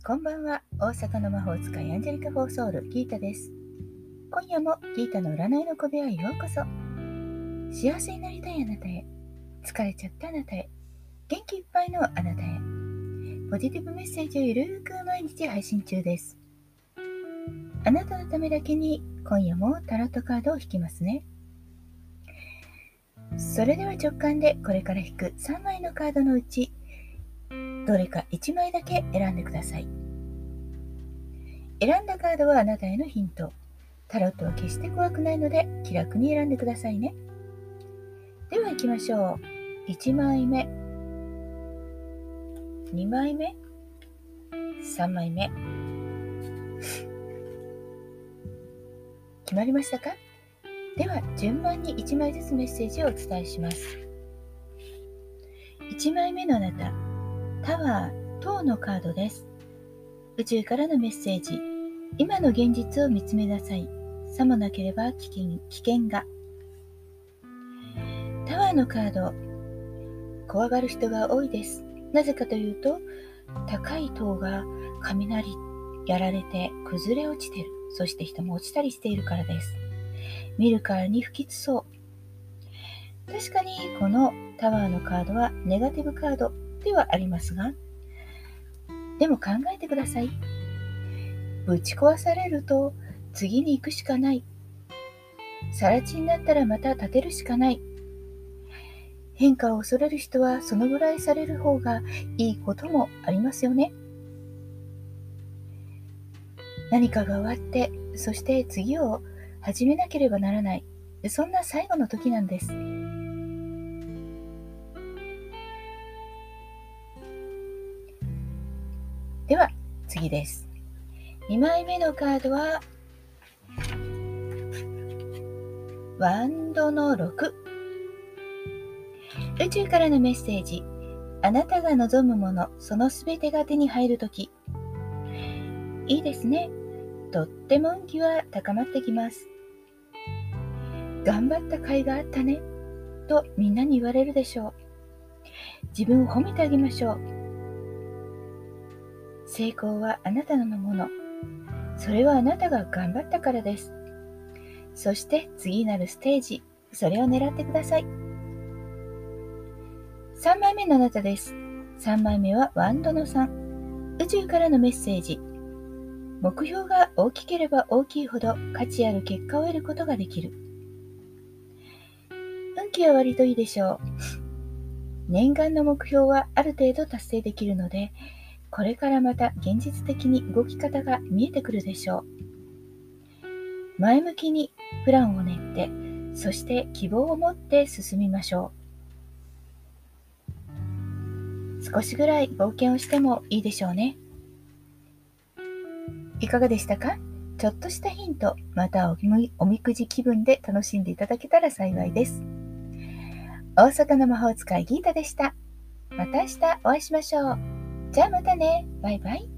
こんばんは。大阪の魔法使いアンジェリカ・フォーソウルギータです。今夜もギータの占いの小部屋へようこそ。幸せになりたいあなたへ、疲れちゃったあなたへ、元気いっぱいのあなたへ、ポジティブメッセージをゆるーく毎日配信中です。あなたのためだけに今夜もタロットカードを引きますね。それでは直感でこれから引く3枚のカードのうちどれか1枚だけ選んでください。選んだカードはあなたへのヒント。タロットは決して怖くないので気楽に選んでくださいね。では行きましょう。1枚目、2枚目、3枚目。決まりましたか？では順番に1枚ずつメッセージをお伝えします。1枚目のあなた、タワー、塔のカードです。宇宙からのメッセージ。今の現実を見つめなさい。さもなければ危険が。タワーのカード、怖がる人が多いです。なぜかというと、高い塔が雷やられて崩れ落ちてる。そして人も落ちたりしているからです。見るからに不吉そう。確かにこのタワーのカードはネガティブカードではありますが、でも考えてください。ぶち壊されると次に行くしかない。更地になったらまた建てるしかない。変化を恐れる人はそのぐらいされる方がいいこともありますよね。何かが終わって、そして次を始めなければならない。そんな最後の時なんです。では次です。2枚目のカードはワンドの6。宇宙からのメッセージ。あなたが望むもの、そのすべてが手に入るとき。いいですね。とっても運気は高まってきます。頑張った甲斐があったね、とみんなに言われるでしょう。自分を褒めてあげましょう。成功はあなたのもの。それはあなたが頑張ったからです。そして次なるステージ、それを狙ってください。3枚目のあなたです。3枚目はワンドの3。宇宙からのメッセージ。目標が大きければ大きいほど価値ある結果を得ることができる。運気は割といいでしょう。念願の目標はある程度達成できるので、これからまた現実的に動き方が見えてくるでしょう。前向きにプランを練って、そして希望を持って進みましょう。少しぐらい冒険をしてもいいでしょうね。いかがでしたか？ちょっとしたヒント、またおみくじ気分で楽しんでいただけたら幸いです。大阪の魔法使いギータでした。また明日お会いしましょう。じゃあまたね。バイバイ。